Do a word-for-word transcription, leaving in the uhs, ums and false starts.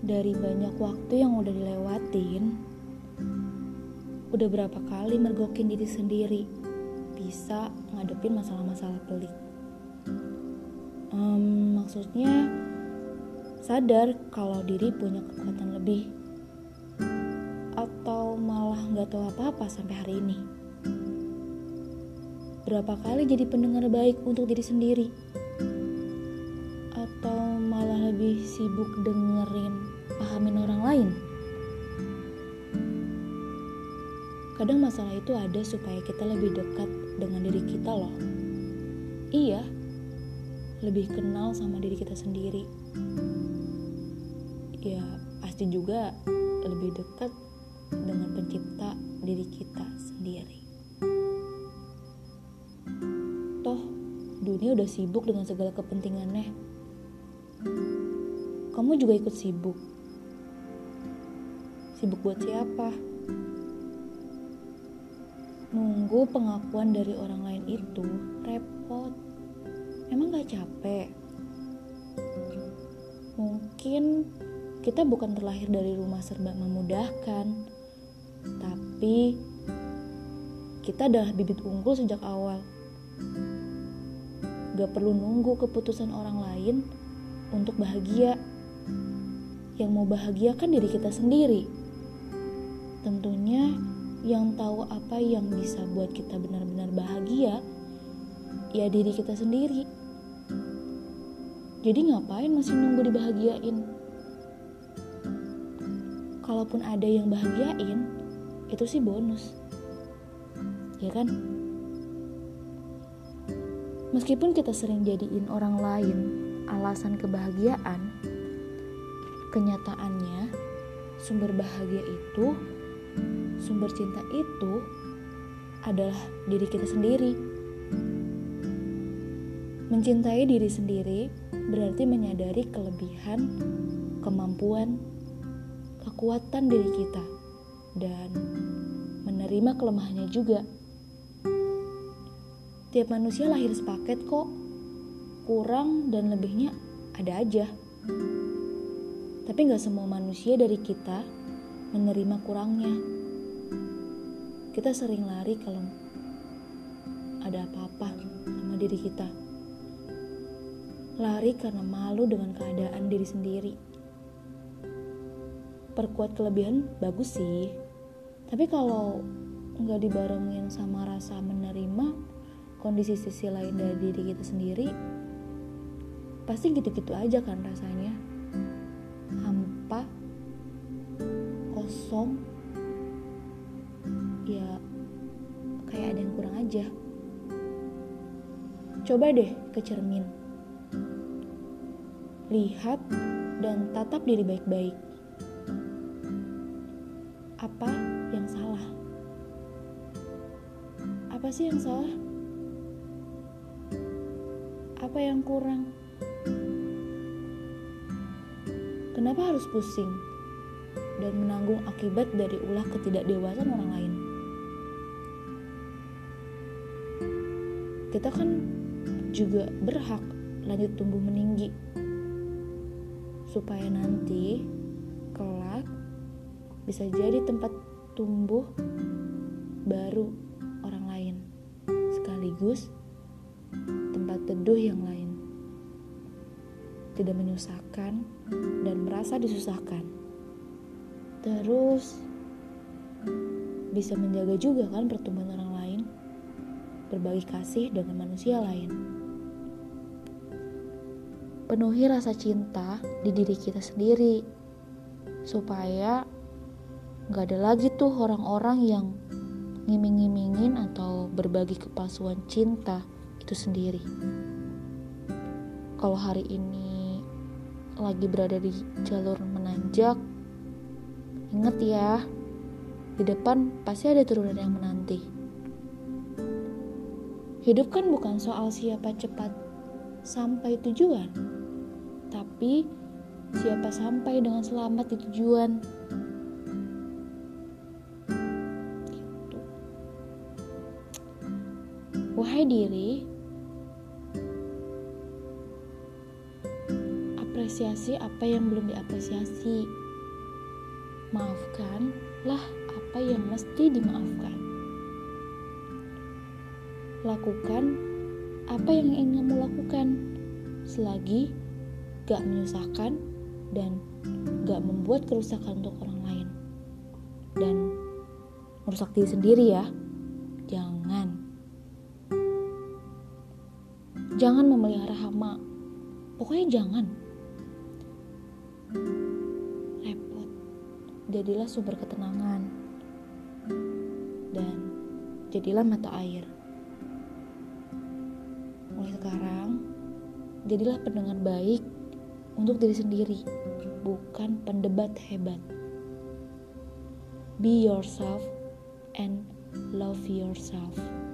Dari banyak waktu yang udah dilewatin, udah berapa kali mergokin diri sendiri bisa ngadepin masalah-masalah pelik. Um, maksudnya sadar kalau diri punya kekuatan lebih, atau malah gak tahu apa-apa sampai hari ini. Berapa kali jadi pendengar baik untuk diri sendiri, atau malah lebih sibuk dengerin, pahamin orang lain. Kadang masalah itu ada supaya kita lebih dekat dengan diri kita loh. Iya, lebih kenal sama diri kita sendiri. Ya, pasti juga lebih dekat dengan pencipta diri kita sendiri. Toh, dunia udah sibuk dengan segala kepentingannya. Kamu juga ikut sibuk. Sibuk buat siapa? Nunggu pengakuan dari orang lain itu repot. Emang gak capek? Mungkin kita bukan terlahir dari rumah serba memudahkan, tapi kita adalah bibit unggul sejak awal. Gak perlu nunggu keputusan orang lain untuk bahagia. Yang mau bahagia kan diri kita sendiri. Tentunya yang tahu apa yang bisa buat kita benar-benar bahagia ya diri kita sendiri. Jadi ngapain masih nunggu dibahagiain? Kalaupun ada yang bahagiain, itu sih bonus, ya kan? Meskipun kita sering jadiin orang lain alasan kebahagiaan, kenyataannya sumber bahagia itu, sumber cinta itu adalah diri kita sendiri. Mencintai diri sendiri berarti menyadari kelebihan, kemampuan, kekuatan diri kita, dan menerima kelemahannya juga. Tiap manusia lahir sepaket kok, kurang dan lebihnya ada aja. Tapi gak semua manusia dari kita menerima kurangnya. Kita sering lari kalau ada apa-apa sama diri kita. Lari karena malu dengan keadaan diri sendiri. Perkuat kelebihan bagus sih, tapi kalau gak dibarengin sama rasa menerima kondisi sisi lain dari diri kita sendiri, pasti gitu-gitu aja kan rasanya. Hampa, kosong, ya kayak ada yang kurang aja. Coba deh ke cermin, lihat dan tatap diri baik-baik. Apa yang salah? Apa sih yang salah? Apa yang kurang? Kenapa harus pusing dan menanggung akibat dari ulah ketidakdewasaan orang lain? Kita kan juga berhak lanjut tumbuh meninggi, supaya nanti kelak bisa jadi tempat tumbuh baru orang lain, sekaligus tempat teduh yang lain, tidak menyusahkan dan merasa disusahkan. Terus bisa menjaga juga kan pertumbuhan orang lain, berbagi kasih dengan manusia lain. Penuhi rasa cinta di diri kita sendiri, supaya gak ada lagi tuh orang-orang yang ngiming-ngimingin atau berbagi kepalsuan cinta itu sendiri. Kalau hari ini lagi berada di jalur menanjak, ingat ya, di depan pasti ada turunan yang menanti. Hidup kan bukan soal siapa cepat sampai tujuan, tapi siapa sampai dengan selamat di tujuan. Gitu. Wahai diri, apresiasi apa yang belum diapresiasi. Maafkanlah apa yang mesti dimaafkan. Lakukan apa yang ingin kamu lakukan selagi gak menyusahkan dan gak membuat kerusakan untuk orang lain. Dan merusak diri sendiri ya. Jangan. Jangan memelihara hama. Pokoknya jangan. Repot. Jadilah sumber ketenangan. Dan jadilah mata air. Mulai sekarang, jadilah pendengar baik untuk diri sendiri, bukan pendebat hebat. Be yourself and love yourself.